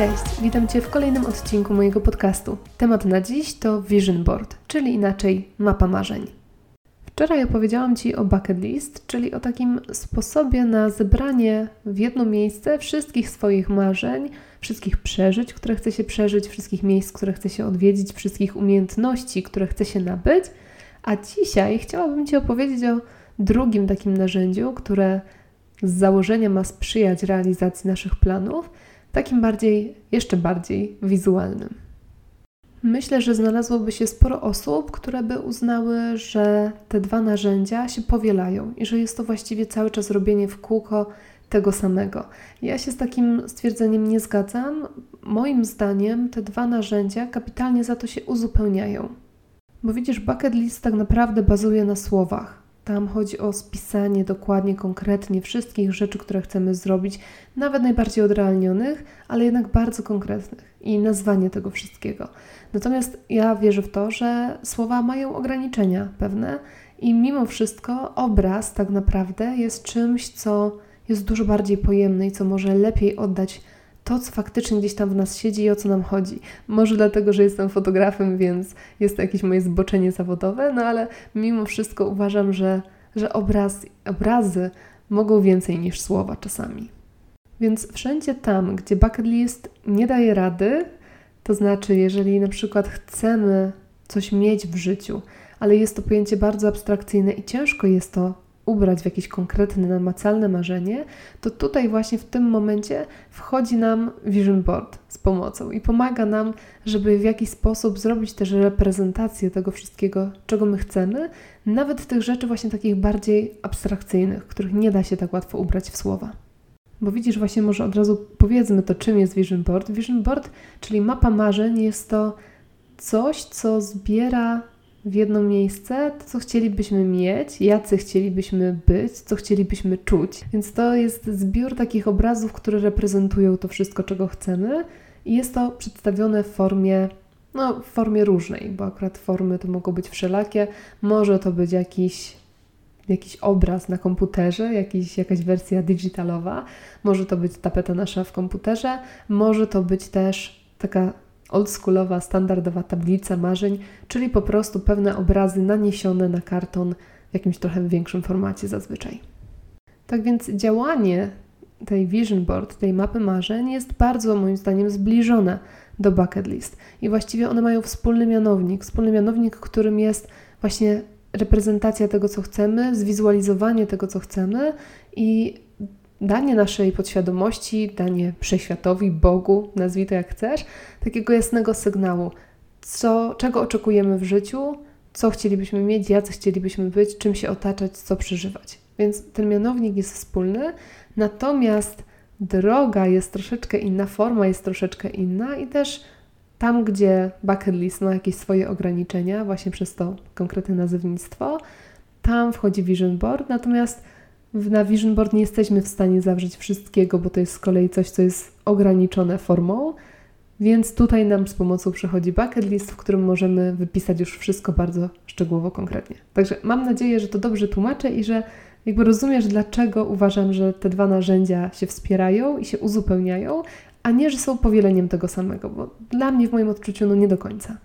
Cześć, witam Cię w kolejnym odcinku mojego podcastu. Temat na dziś to Vision Board, czyli inaczej mapa marzeń. Wczoraj opowiedziałam Ci o bucket list, czyli o takim sposobie na zebranie w jedno miejsce wszystkich swoich marzeń, wszystkich przeżyć, które chce się przeżyć, wszystkich miejsc, które chce się odwiedzić, wszystkich umiejętności, które chce się nabyć. A dzisiaj chciałabym Ci opowiedzieć o drugim takim narzędziu, które z założenia ma sprzyjać realizacji naszych planów, takim jeszcze bardziej wizualnym. Myślę, że znalazłoby się sporo osób, które by uznały, że te dwa narzędzia się powielają i że jest to właściwie cały czas robienie w kółko tego samego. Ja się z takim stwierdzeniem nie zgadzam. Moim zdaniem te dwa narzędzia kapitalnie za to się uzupełniają. Bo widzisz, bucket list tak naprawdę bazuje na słowach. Tam chodzi o spisanie dokładnie, konkretnie wszystkich rzeczy, które chcemy zrobić, nawet najbardziej odrealnionych, ale jednak bardzo konkretnych i nazwanie tego wszystkiego. Natomiast ja wierzę w to, że słowa mają ograniczenia pewne i mimo wszystko obraz tak naprawdę jest czymś, co jest dużo bardziej pojemne i co może lepiej oddać to, co faktycznie gdzieś tam w nas siedzi i o co nam chodzi. Może dlatego, że jestem fotografem, więc jest to jakieś moje zboczenie zawodowe, no ale mimo wszystko uważam, że obrazy mogą więcej niż słowa czasami. Więc wszędzie tam, gdzie bucket list nie daje rady, to znaczy jeżeli na przykład chcemy coś mieć w życiu, ale jest to pojęcie bardzo abstrakcyjne i ciężko jest to ubrać w jakieś konkretne, namacalne marzenie, to tutaj właśnie w tym momencie wchodzi nam Vision Board z pomocą i pomaga nam, żeby w jakiś sposób zrobić też reprezentację tego wszystkiego, czego my chcemy, nawet tych rzeczy właśnie takich bardziej abstrakcyjnych, których nie da się tak łatwo ubrać w słowa. Bo widzisz, właśnie może od razu powiedzmy to, czym jest Vision Board. Vision Board, czyli mapa marzeń, jest to coś, co zbiera w jedno miejsce to, co chcielibyśmy mieć, jacy chcielibyśmy być, co chcielibyśmy czuć. Więc to jest zbiór takich obrazów, które reprezentują to wszystko, czego chcemy i jest to przedstawione w formie różnej, bo akurat formy to mogą być wszelakie. Może to być jakiś obraz na komputerze, jakaś wersja digitalowa, może to być tapeta nasza w komputerze, może to być też taka oldschoolowa, standardowa tablica marzeń, czyli po prostu pewne obrazy naniesione na karton w jakimś trochę większym formacie zazwyczaj. Tak więc działanie tej Vision Board, tej mapy marzeń jest bardzo moim zdaniem zbliżone do bucket list i właściwie one mają wspólny mianownik, którym jest właśnie reprezentacja tego, co chcemy, zwizualizowanie tego, co chcemy i danie naszej podświadomości, danie wszechświatowi, Bogu, nazwij to jak chcesz, takiego jasnego sygnału, czego oczekujemy w życiu, co chcielibyśmy mieć, jacy chcielibyśmy być, czym się otaczać, co przeżywać. Więc ten mianownik jest wspólny, natomiast droga jest troszeczkę inna, forma jest troszeczkę inna i też tam, gdzie bucket list ma jakieś swoje ograniczenia, właśnie przez to konkretne nazewnictwo, tam wchodzi Vision Board, natomiast na Vision Board nie jesteśmy w stanie zawrzeć wszystkiego, bo to jest z kolei coś, co jest ograniczone formą, więc tutaj nam z pomocą przychodzi bucket list, w którym możemy wypisać już wszystko bardzo szczegółowo, konkretnie. Także mam nadzieję, że to dobrze tłumaczę i że jakby rozumiesz, dlaczego uważam, że te dwa narzędzia się wspierają i się uzupełniają, a nie, że są powieleniem tego samego, bo dla mnie w moim odczuciu nie do końca.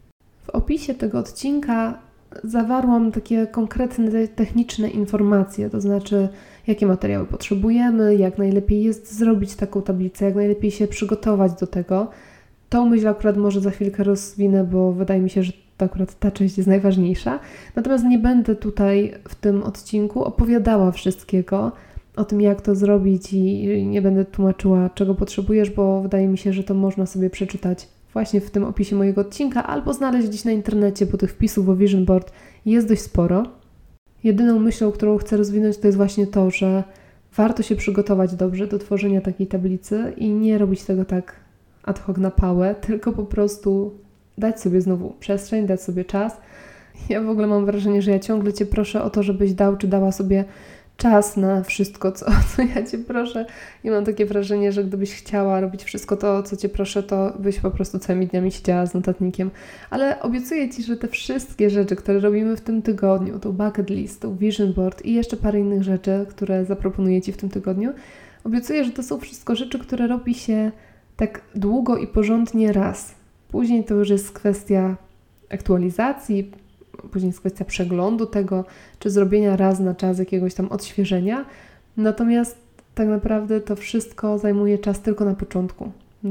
W opisie tego odcinka zawarłam takie konkretne, techniczne informacje, to znaczy jakie materiały potrzebujemy, jak najlepiej jest zrobić taką tablicę, jak najlepiej się przygotować do tego. Tą myśl akurat może za chwilkę rozwinę, bo wydaje mi się, że to akurat ta część jest najważniejsza. Natomiast nie będę tutaj w tym odcinku opowiadała wszystkiego o tym, jak to zrobić i nie będę tłumaczyła, czego potrzebujesz, bo wydaje mi się, że to można sobie przeczytać właśnie w tym opisie mojego odcinka albo znaleźć gdzieś na internecie, bo tych wpisów o Vision Board jest dość sporo. Jedyną myślą, którą chcę rozwinąć, to jest właśnie to, że warto się przygotować dobrze do tworzenia takiej tablicy i nie robić tego tak ad hoc na pałę, tylko po prostu dać sobie znowu przestrzeń, dać sobie czas. Ja w ogóle mam wrażenie, że ja ciągle Cię proszę o to, żebyś dał czy dała sobie czas na wszystko, co ja Cię proszę i mam takie wrażenie, że gdybyś chciała robić wszystko to, co Cię proszę, to byś po prostu całymi dniami siedziała z notatnikiem. Ale obiecuję Ci, że te wszystkie rzeczy, które robimy w tym tygodniu, tą bucket list, tą Vision Board i jeszcze parę innych rzeczy, które zaproponuję Ci w tym tygodniu, obiecuję, że to są wszystko rzeczy, które robi się tak długo i porządnie raz. Później to już jest kwestia aktualizacji, później jest kwestia przeglądu tego, czy zrobienia raz na czas jakiegoś tam odświeżenia. Natomiast tak naprawdę to wszystko zajmuje czas tylko na początku.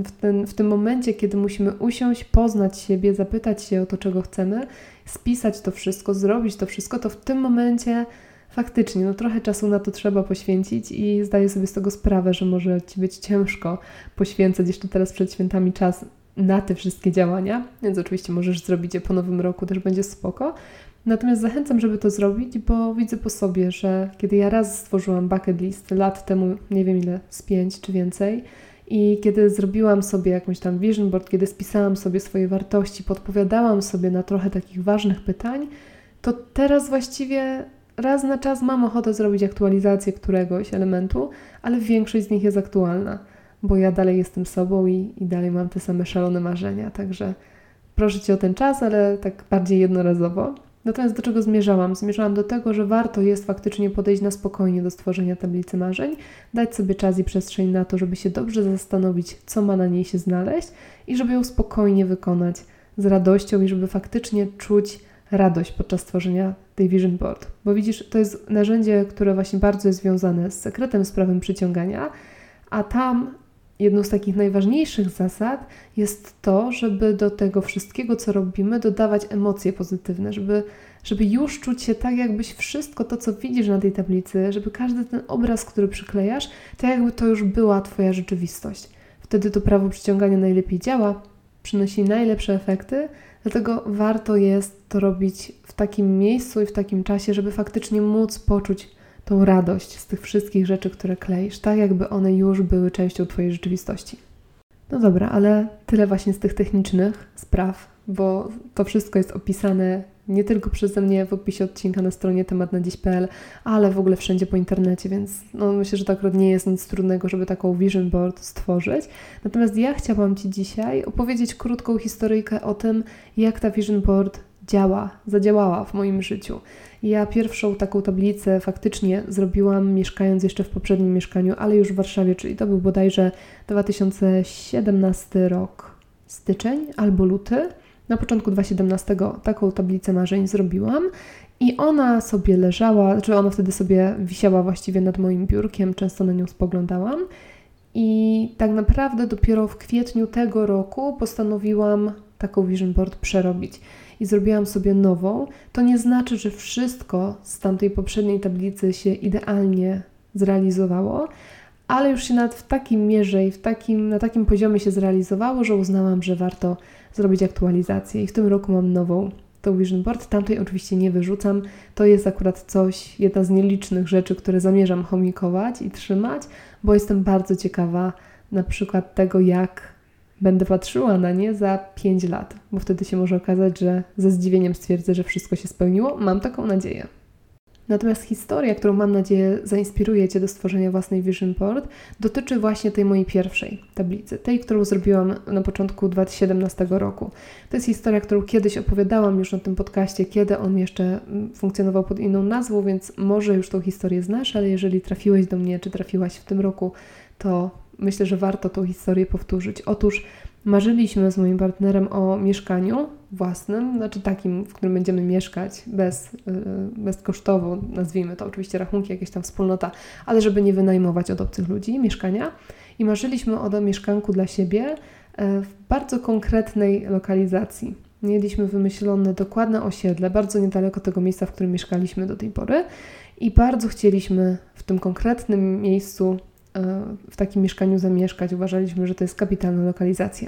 W tym momencie, kiedy musimy usiąść, poznać siebie, zapytać się o to, czego chcemy, spisać to wszystko, zrobić to wszystko, to w tym momencie faktycznie trochę czasu na to trzeba poświęcić i zdaję sobie z tego sprawę, że może Ci być ciężko poświęcać jeszcze teraz przed świętami czas na te wszystkie działania, więc oczywiście możesz zrobić je po nowym roku, też będzie spoko. Natomiast zachęcam, żeby to zrobić, bo widzę po sobie, że kiedy ja raz stworzyłam bucket list lat temu, nie wiem ile, z 5 czy więcej, i kiedy zrobiłam sobie jakąś tam vision board, kiedy spisałam sobie swoje wartości, podpowiadałam sobie na trochę takich ważnych pytań, to teraz właściwie raz na czas mam ochotę zrobić aktualizację któregoś elementu, ale większość z nich jest aktualna, bo ja dalej jestem sobą i dalej mam te same szalone marzenia, także proszę Cię o ten czas, ale tak bardziej jednorazowo. Natomiast do czego zmierzałam? Zmierzałam do tego, że warto jest faktycznie podejść na spokojnie do stworzenia tablicy marzeń, dać sobie czas i przestrzeń na to, żeby się dobrze zastanowić, co ma na niej się znaleźć i żeby ją spokojnie wykonać z radością i żeby faktycznie czuć radość podczas tworzenia tej vision board. Bo widzisz, to jest narzędzie, które właśnie bardzo jest związane z sekretem, z prawem przyciągania, a tam jedną z takich najważniejszych zasad jest to, żeby do tego wszystkiego, co robimy, dodawać emocje pozytywne, żeby już czuć się tak, jakbyś wszystko to, co widzisz na tej tablicy, żeby każdy ten obraz, który przyklejasz, tak jakby to już była Twoja rzeczywistość. Wtedy to prawo przyciągania najlepiej działa, przynosi najlepsze efekty, dlatego warto jest to robić w takim miejscu i w takim czasie, żeby faktycznie móc poczuć tą radość z tych wszystkich rzeczy, które kleisz, tak jakby one już były częścią Twojej rzeczywistości. No dobra, ale tyle właśnie z tych technicznych spraw, bo to wszystko jest opisane nie tylko przeze mnie w opisie odcinka na stronie tematnadziś.pl, ale w ogóle wszędzie po internecie, więc myślę, że to akurat nie jest nic trudnego, żeby taką vision board stworzyć. Natomiast ja chciałam Ci dzisiaj opowiedzieć krótką historyjkę o tym, jak ta vision board zadziałała w moim życiu. Ja pierwszą taką tablicę faktycznie zrobiłam mieszkając jeszcze w poprzednim mieszkaniu, ale już w Warszawie, czyli to był bodajże 2017 rok, styczeń albo luty. Na początku 2017 taką tablicę marzeń zrobiłam i ona sobie leżała, ona wtedy sobie wisiała właściwie nad moim biurkiem, często na nią spoglądałam i tak naprawdę dopiero w kwietniu tego roku postanowiłam taką vision board przerobić i zrobiłam sobie nową. To nie znaczy, że wszystko z tamtej poprzedniej tablicy się idealnie zrealizowało, ale już się nawet w takim mierze i na takim poziomie się zrealizowało, że uznałam, że warto zrobić aktualizację i w tym roku mam nową tą vision board. Tamtej oczywiście nie wyrzucam. To jest akurat jedna z nielicznych rzeczy, które zamierzam chomikować i trzymać, bo jestem bardzo ciekawa na przykład tego, jak będę patrzyła na nie za 5 lat, bo wtedy się może okazać, że ze zdziwieniem stwierdzę, że wszystko się spełniło. Mam taką nadzieję. Natomiast historia, którą mam nadzieję zainspiruje Cię do stworzenia własnej vision board, dotyczy właśnie tej mojej pierwszej tablicy, tej, którą zrobiłam na początku 2017 roku. To jest historia, którą kiedyś opowiadałam już na tym podcaście, kiedy on jeszcze funkcjonował pod inną nazwą, więc może już tą historię znasz, ale jeżeli trafiłeś do mnie, czy trafiłaś w tym roku, to myślę, że warto tą historię powtórzyć. Otóż marzyliśmy z moim partnerem o mieszkaniu własnym, znaczy takim, w którym będziemy mieszkać bezkosztowo, nazwijmy to, oczywiście rachunki, jakieś tam wspólnota, ale żeby nie wynajmować od obcych ludzi mieszkania. I marzyliśmy o mieszkanku dla siebie w bardzo konkretnej lokalizacji. Mieliśmy wymyślone dokładne osiedle, bardzo niedaleko tego miejsca, w którym mieszkaliśmy do tej pory i bardzo chcieliśmy w tym konkretnym miejscu w takim mieszkaniu zamieszkać. Uważaliśmy, że to jest kapitalna lokalizacja.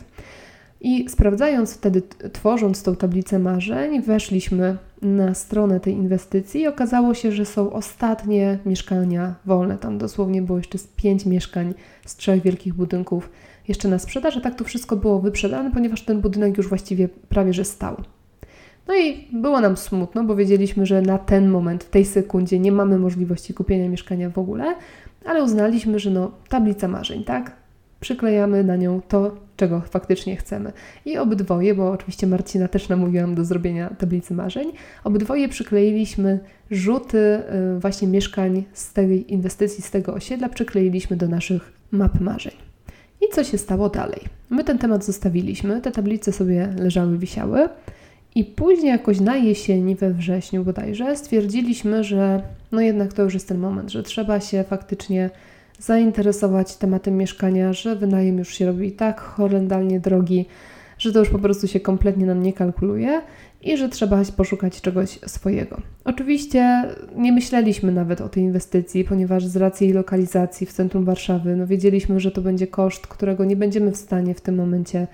I sprawdzając wtedy, tworząc tą tablicę marzeń, weszliśmy na stronę tej inwestycji i okazało się, że są ostatnie mieszkania wolne. Tam dosłownie było jeszcze 5 mieszkań z 3 wielkich budynków jeszcze na sprzedaż, a tak to wszystko było wyprzedane, ponieważ ten budynek już właściwie prawie że stał. No i było nam smutno, bo wiedzieliśmy, że na ten moment, w tej sekundzie nie mamy możliwości kupienia mieszkania w ogóle, ale uznaliśmy, że tablica marzeń, tak? Przyklejamy na nią to, czego faktycznie chcemy. I obydwoje, bo oczywiście Marcina też namówiłam do zrobienia tablicy marzeń, obydwoje przykleiliśmy rzuty właśnie mieszkań z tej inwestycji, z tego osiedla, przykleiliśmy do naszych map marzeń. I co się stało dalej? My ten temat zostawiliśmy, te tablice sobie leżały, wisiały i później jakoś na jesieni, we wrześniu bodajże, stwierdziliśmy, że no jednak to już jest ten moment, że trzeba się faktycznie zainteresować tematem mieszkania, że wynajem już się robi tak horrendalnie drogi, że to już po prostu się kompletnie nam nie kalkuluje i że trzeba poszukać czegoś swojego. Oczywiście nie myśleliśmy nawet o tej inwestycji, ponieważ z racji jej lokalizacji w centrum Warszawy, no wiedzieliśmy, że to będzie koszt, którego nie będziemy w stanie w tym momencie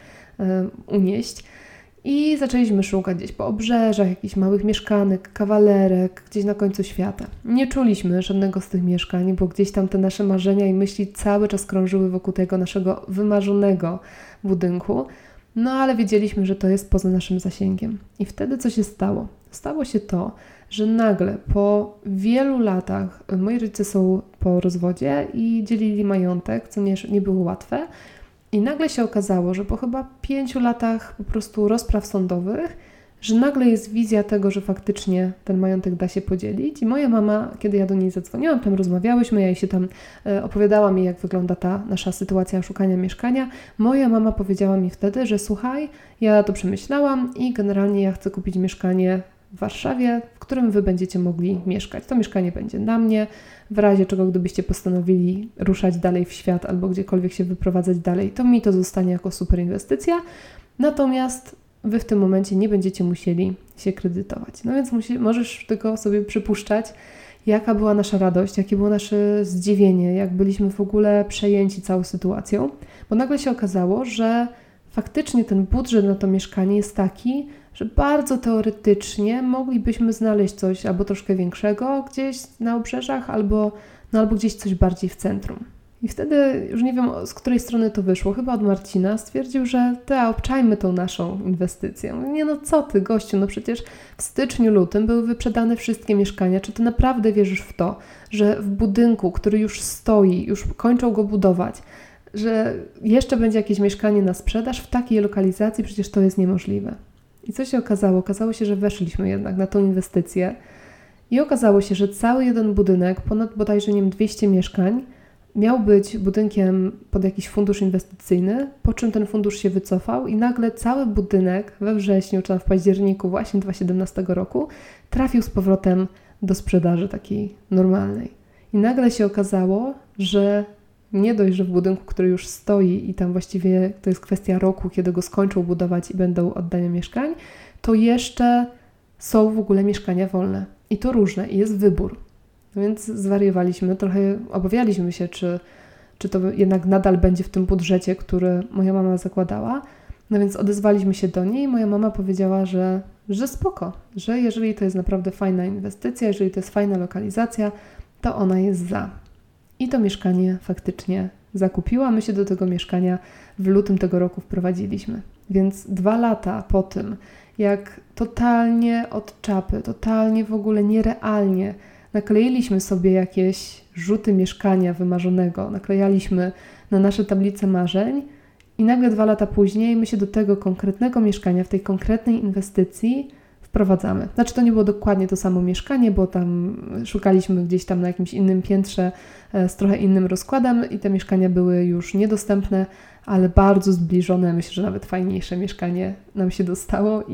unieść. I zaczęliśmy szukać gdzieś po obrzeżach, jakichś małych mieszkanek, kawalerek, gdzieś na końcu świata. Nie czuliśmy żadnego z tych mieszkań, bo gdzieś tam te nasze marzenia i myśli cały czas krążyły wokół tego naszego wymarzonego budynku. No ale wiedzieliśmy, że to jest poza naszym zasięgiem. I wtedy co się stało? Stało się to, że nagle po wielu latach, moi rodzice są po rozwodzie i dzielili majątek, co nie było łatwe. I nagle się okazało, że po chyba 5 latach po prostu rozpraw sądowych, że nagle jest wizja tego, że faktycznie ten majątek da się podzielić. I moja mama, kiedy ja do niej zadzwoniłam, tam rozmawiałyśmy, ja jej się tam opowiadałam jej, jak wygląda ta nasza sytuacja szukania mieszkania. Moja mama powiedziała mi wtedy, że słuchaj, ja to przemyślałam i generalnie ja chcę kupić mieszkanie w Warszawie, w którym wy będziecie mogli mieszkać. To mieszkanie będzie na mnie, w razie czego gdybyście postanowili ruszać dalej w świat albo gdziekolwiek się wyprowadzać dalej, to mi to zostanie jako super inwestycja. Natomiast wy w tym momencie nie będziecie musieli się kredytować. No więc możesz tylko sobie przypuszczać, jaka była nasza radość, jakie było nasze zdziwienie, jak byliśmy w ogóle przejęci całą sytuacją, bo nagle się okazało, że faktycznie ten budżet na to mieszkanie jest taki, że bardzo teoretycznie moglibyśmy znaleźć coś albo troszkę większego gdzieś na obrzeżach, albo gdzieś coś bardziej w centrum. I wtedy, już nie wiem z której strony to wyszło, chyba od Marcina, stwierdził, że obczajmy tą naszą inwestycję. Nie no co ty gościu, no przecież w styczniu, lutym były wyprzedane wszystkie mieszkania. Czy ty naprawdę wierzysz w to, że w budynku, który już stoi, już kończą go budować, że jeszcze będzie jakieś mieszkanie na sprzedaż w takiej lokalizacji? Przecież to jest niemożliwe. I co się okazało? Okazało się, że weszliśmy jednak na tą inwestycję i okazało się, że cały jeden budynek, ponad bodajże 200 mieszkań, miał być budynkiem pod jakiś fundusz inwestycyjny, po czym ten fundusz się wycofał i nagle cały budynek we wrześniu czy tam w październiku właśnie 2017 roku trafił z powrotem do sprzedaży takiej normalnej. I nagle się okazało, że nie dość, że w budynku, który już stoi i tam właściwie to jest kwestia roku, kiedy go skończą budować i będą oddania mieszkań, to jeszcze są w ogóle mieszkania wolne. I to różne, i jest wybór. No więc zwariowaliśmy, trochę obawialiśmy się, czy to jednak nadal będzie w tym budżecie, który moja mama zakładała. No więc odezwaliśmy się do niej i moja mama powiedziała, że spoko, że jeżeli to jest naprawdę fajna inwestycja, jeżeli to jest fajna lokalizacja, to ona jest za. I to mieszkanie faktycznie zakupiła. My się do tego mieszkania w lutym tego roku wprowadziliśmy. Więc 2 lata po tym, jak totalnie od czapy, totalnie w ogóle nierealnie nakleiliśmy sobie jakieś rzuty mieszkania wymarzonego, naklejaliśmy na nasze tablice marzeń i nagle 2 lata później my się do tego konkretnego mieszkania, w tej konkretnej inwestycji wprowadzamy. Znaczy to nie było dokładnie to samo mieszkanie, bo tam szukaliśmy gdzieś tam na jakimś innym piętrze z trochę innym rozkładem i te mieszkania były już niedostępne, ale bardzo zbliżone, myślę, że nawet fajniejsze mieszkanie nam się dostało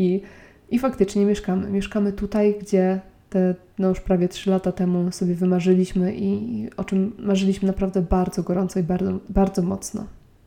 i faktycznie mieszkamy. Mieszkamy tutaj, gdzie już prawie 3 lata temu sobie wymarzyliśmy i o czym marzyliśmy naprawdę bardzo gorąco i bardzo, bardzo mocno.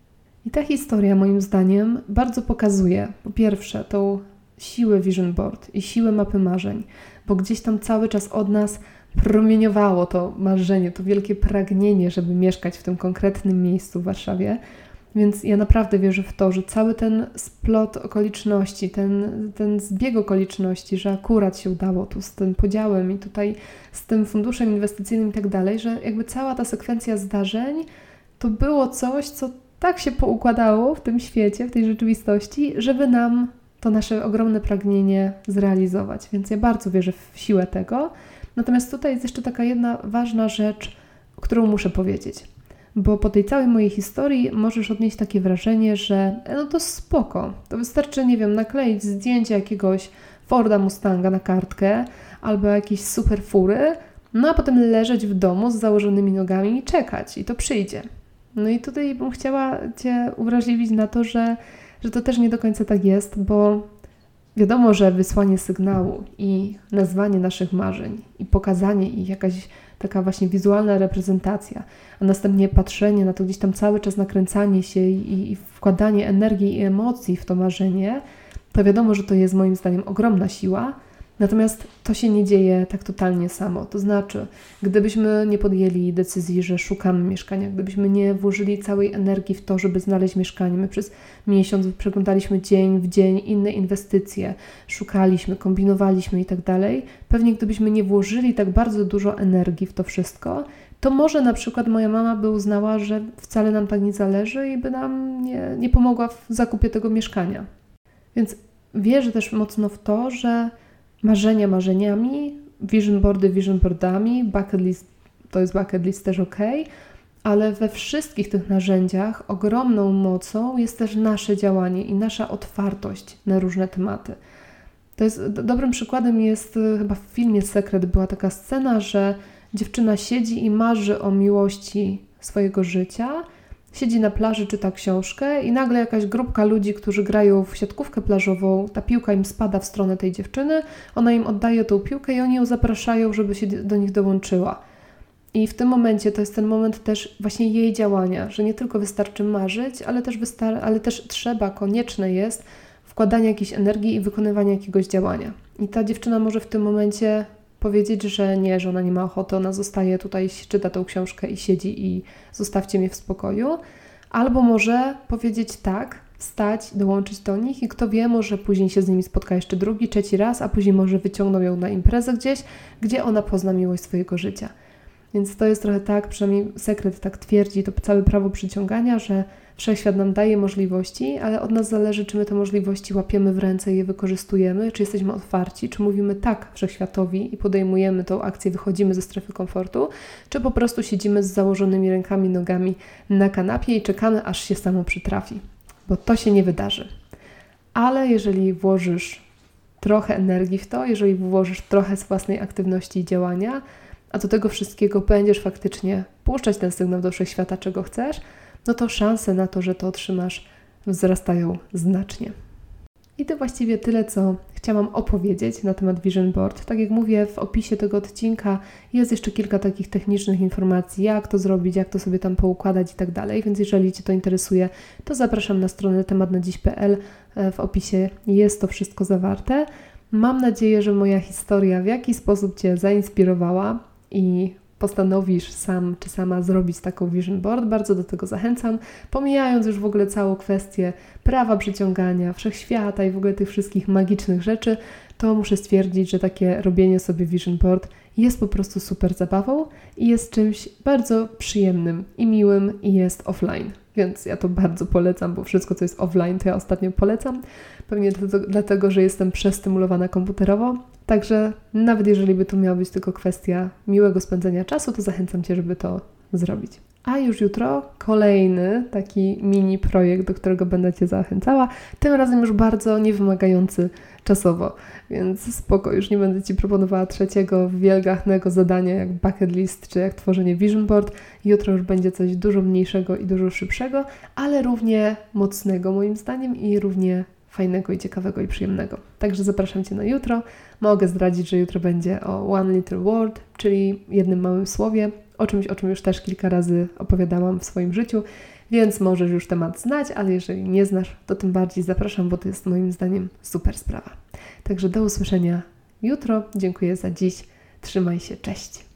I ta historia moim zdaniem bardzo pokazuje, po pierwsze, tą siłę Vision Board i siłę mapy marzeń, bo gdzieś tam cały czas od nas promieniowało to marzenie, to wielkie pragnienie, żeby mieszkać w tym konkretnym miejscu w Warszawie. Więc ja naprawdę wierzę w to, że cały ten splot okoliczności, ten zbieg okoliczności, że akurat się udało tu z tym podziałem i tutaj z tym funduszem inwestycyjnym i tak dalej, że jakby cała ta sekwencja zdarzeń to było coś, co tak się poukładało w tym świecie, w tej rzeczywistości, żeby nam to nasze ogromne pragnienie zrealizować. Więc ja bardzo wierzę w siłę tego. Natomiast tutaj jest jeszcze taka jedna ważna rzecz, którą muszę powiedzieć. Bo po tej całej mojej historii możesz odnieść takie wrażenie, że no to spoko, to wystarczy, nie wiem, nakleić zdjęcie jakiegoś Forda Mustanga na kartkę albo jakiejś super fury, no a potem leżeć w domu z założonymi nogami i czekać i to przyjdzie. No i tutaj bym chciała Cię uwrażliwić na to, że to też nie do końca tak jest, bo wiadomo, że wysłanie sygnału i nazwanie naszych marzeń i pokazanie ich, jakaś taka właśnie wizualna reprezentacja, a następnie patrzenie na to, gdzieś tam cały czas nakręcanie się i wkładanie energii i emocji w to marzenie, to wiadomo, że to jest moim zdaniem ogromna siła. Natomiast to się nie dzieje tak totalnie samo. To znaczy, gdybyśmy nie podjęli decyzji, że szukamy mieszkania, gdybyśmy nie włożyli całej energii w to, żeby znaleźć mieszkanie, my przez miesiąc przeglądaliśmy dzień w dzień inne inwestycje, szukaliśmy, kombinowaliśmy i tak dalej, pewnie gdybyśmy nie włożyli tak bardzo dużo energii w to wszystko, to może na przykład moja mama by uznała, że wcale nam tak nie zależy i by nam nie pomogła w zakupie tego mieszkania. Więc wierzę też mocno w to, że marzenia marzeniami, vision boardami, bucket list to jest bucket list też okej, ale we wszystkich tych narzędziach ogromną mocą jest też nasze działanie i nasza otwartość na różne tematy. To jest, dobrym przykładem jest chyba w filmie Sekret była taka scena, że dziewczyna siedzi i marzy o miłości swojego życia, siedzi na plaży, czyta książkę i nagle jakaś grupka ludzi, którzy grają w siatkówkę plażową, ta piłka im spada w stronę tej dziewczyny, ona im oddaje tą piłkę i oni ją zapraszają, żeby się do nich dołączyła. I w tym momencie to jest ten moment też właśnie jej działania, że nie tylko wystarczy marzyć, ale też trzeba, konieczne jest wkładanie jakiejś energii i wykonywanie jakiegoś działania. I ta dziewczyna może w tym momencie powiedzieć, że nie, że ona nie ma ochoty, ona zostaje tutaj, czyta tą książkę i siedzi i zostawcie mnie w spokoju. Albo może powiedzieć tak, wstać, dołączyć do nich i kto wie, może później się z nimi spotka jeszcze drugi, trzeci raz, a później może wyciągną ją na imprezę gdzieś, gdzie ona pozna miłość swojego życia. Więc to jest trochę tak, przynajmniej Sekret tak twierdzi, to całe prawo przyciągania, że Wszechświat nam daje możliwości, ale od nas zależy, czy my te możliwości łapiemy w ręce i je wykorzystujemy, czy jesteśmy otwarci, czy mówimy tak Wszechświatowi i podejmujemy tą akcję, wychodzimy ze strefy komfortu, czy po prostu siedzimy z założonymi rękami, nogami na kanapie i czekamy, aż się samo przytrafi, bo to się nie wydarzy. Ale jeżeli włożysz trochę energii w to, jeżeli włożysz trochę z własnej aktywności i działania, a do tego wszystkiego będziesz faktycznie puszczać ten sygnał do Wszechświata, czego chcesz, no to szanse na to, że to otrzymasz, wzrastają znacznie. I to właściwie tyle, co chciałam opowiedzieć na temat Vision Board. Tak jak mówię, w opisie tego odcinka jest jeszcze kilka takich technicznych informacji, jak to zrobić, jak to sobie tam poukładać i tak dalej, więc jeżeli Cię to interesuje, to zapraszam na stronę tematnadziś.pl. W opisie jest to wszystko zawarte. Mam nadzieję, że moja historia w jakiś sposób Cię zainspirowała i postanowisz sam czy sama zrobić taką Vision Board. Bardzo do tego zachęcam. Pomijając już w ogóle całą kwestię prawa przyciągania, Wszechświata i w ogóle tych wszystkich magicznych rzeczy, to muszę stwierdzić, że takie robienie sobie Vision Board jest po prostu super zabawą i jest czymś bardzo przyjemnym i miłym i jest offline. Więc ja to bardzo polecam, bo wszystko, co jest offline, to ja ostatnio polecam. Pewnie dlatego, że jestem przestymulowana komputerowo. Także nawet jeżeli by to miała być tylko kwestia miłego spędzenia czasu, to zachęcam Cię, żeby to zrobić. A już jutro kolejny taki mini projekt, do którego będę Cię zachęcała. Tym razem już bardzo niewymagający czasowo, więc spoko, już nie będę Ci proponowała trzeciego wielgachnego zadania jak bucket list czy jak tworzenie vision board. Jutro już będzie coś dużo mniejszego i dużo szybszego, ale równie mocnego moim zdaniem i równie fajnego i ciekawego i przyjemnego. Także zapraszam Cię na jutro. Mogę zdradzić, że jutro będzie o One Little Word, czyli jednym małym słowie, o czym już też kilka razy opowiadałam w swoim życiu, więc możesz już temat znać, ale jeżeli nie znasz, to tym bardziej zapraszam, bo to jest moim zdaniem super sprawa. Także do usłyszenia jutro. Dziękuję za dziś. Trzymaj się. Cześć.